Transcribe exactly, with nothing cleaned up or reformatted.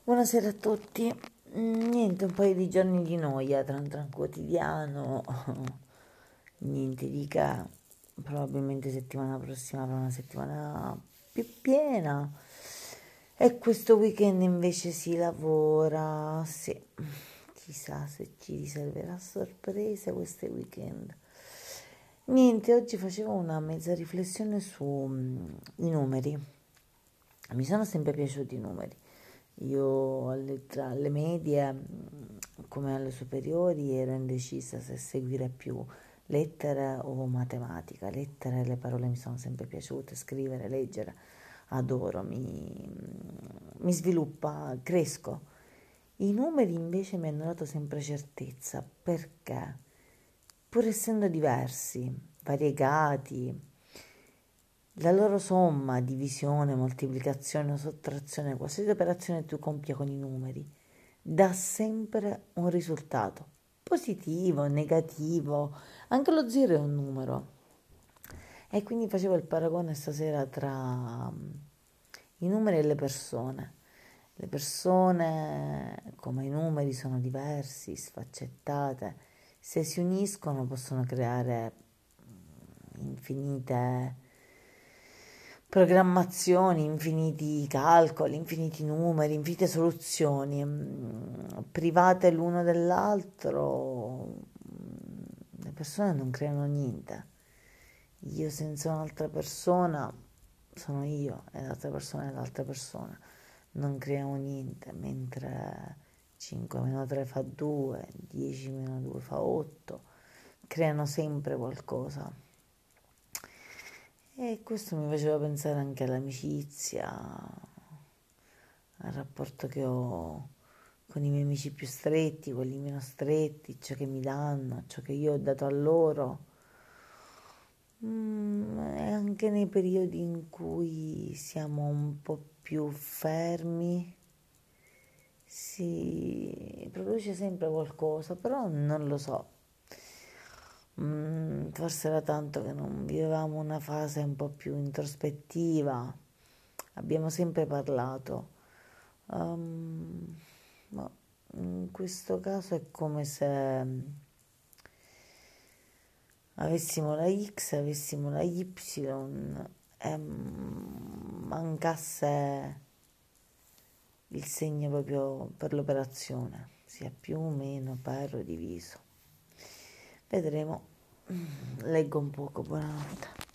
Buonasera a tutti. Mm, Niente, un paio di giorni di noia, tran tran quotidiano, niente di che. Probabilmente settimana prossima avrò una settimana più piena. E questo weekend invece si lavora, sì. Chissà se ci riserverà sorprese questo weekend. Niente, oggi facevo una mezza riflessione sui numeri. Mi sono sempre piaciuti i numeri. Io alle, tra alle medie, mm, come alle superiori, ero indecisa se seguire più lettere o matematica. Lettere, le parole mi sono sempre piaciute, scrivere, leggere, adoro, mi, mi sviluppa, cresco. I numeri invece mi hanno dato sempre certezza, perché pur essendo diversi, variegati, la loro somma, divisione, moltiplicazione o sottrazione, qualsiasi operazione tu compia con i numeri, dà sempre un risultato, positivo, negativo, anche lo zero è un numero. E quindi facevo il paragone stasera tra mm, i numeri e le persone. Le persone, come i numeri, sono diversi, sfaccettate. Se si uniscono possono creare mm, infinite programmazioni, infiniti calcoli, infiniti numeri, infinite soluzioni, mm, private l'uno dell'altro, mm, le persone non creano niente. Io senza un'altra persona sono io e l'altra persona è l'altra persona. Non creiamo niente, mentre cinque meno tre fa due, dieci meno due fa otto, creano sempre qualcosa. E questo mi faceva pensare anche all'amicizia, al rapporto che ho con i miei amici più stretti, quelli meno stretti, ciò che mi danno, ciò che io ho dato a loro. Mm, e anche nei periodi in cui siamo un po' più fermi, si produce sempre qualcosa, però non lo so. Mm, forse era tanto che non vivevamo una fase un po' più introspettiva. Abbiamo sempre parlato. Um, ma in questo caso è come se avessimo la X, avessimo la Y e mancasse il segno proprio per l'operazione, sia più o meno per o diviso. Vedremo. Leggo un poco, buonanotte.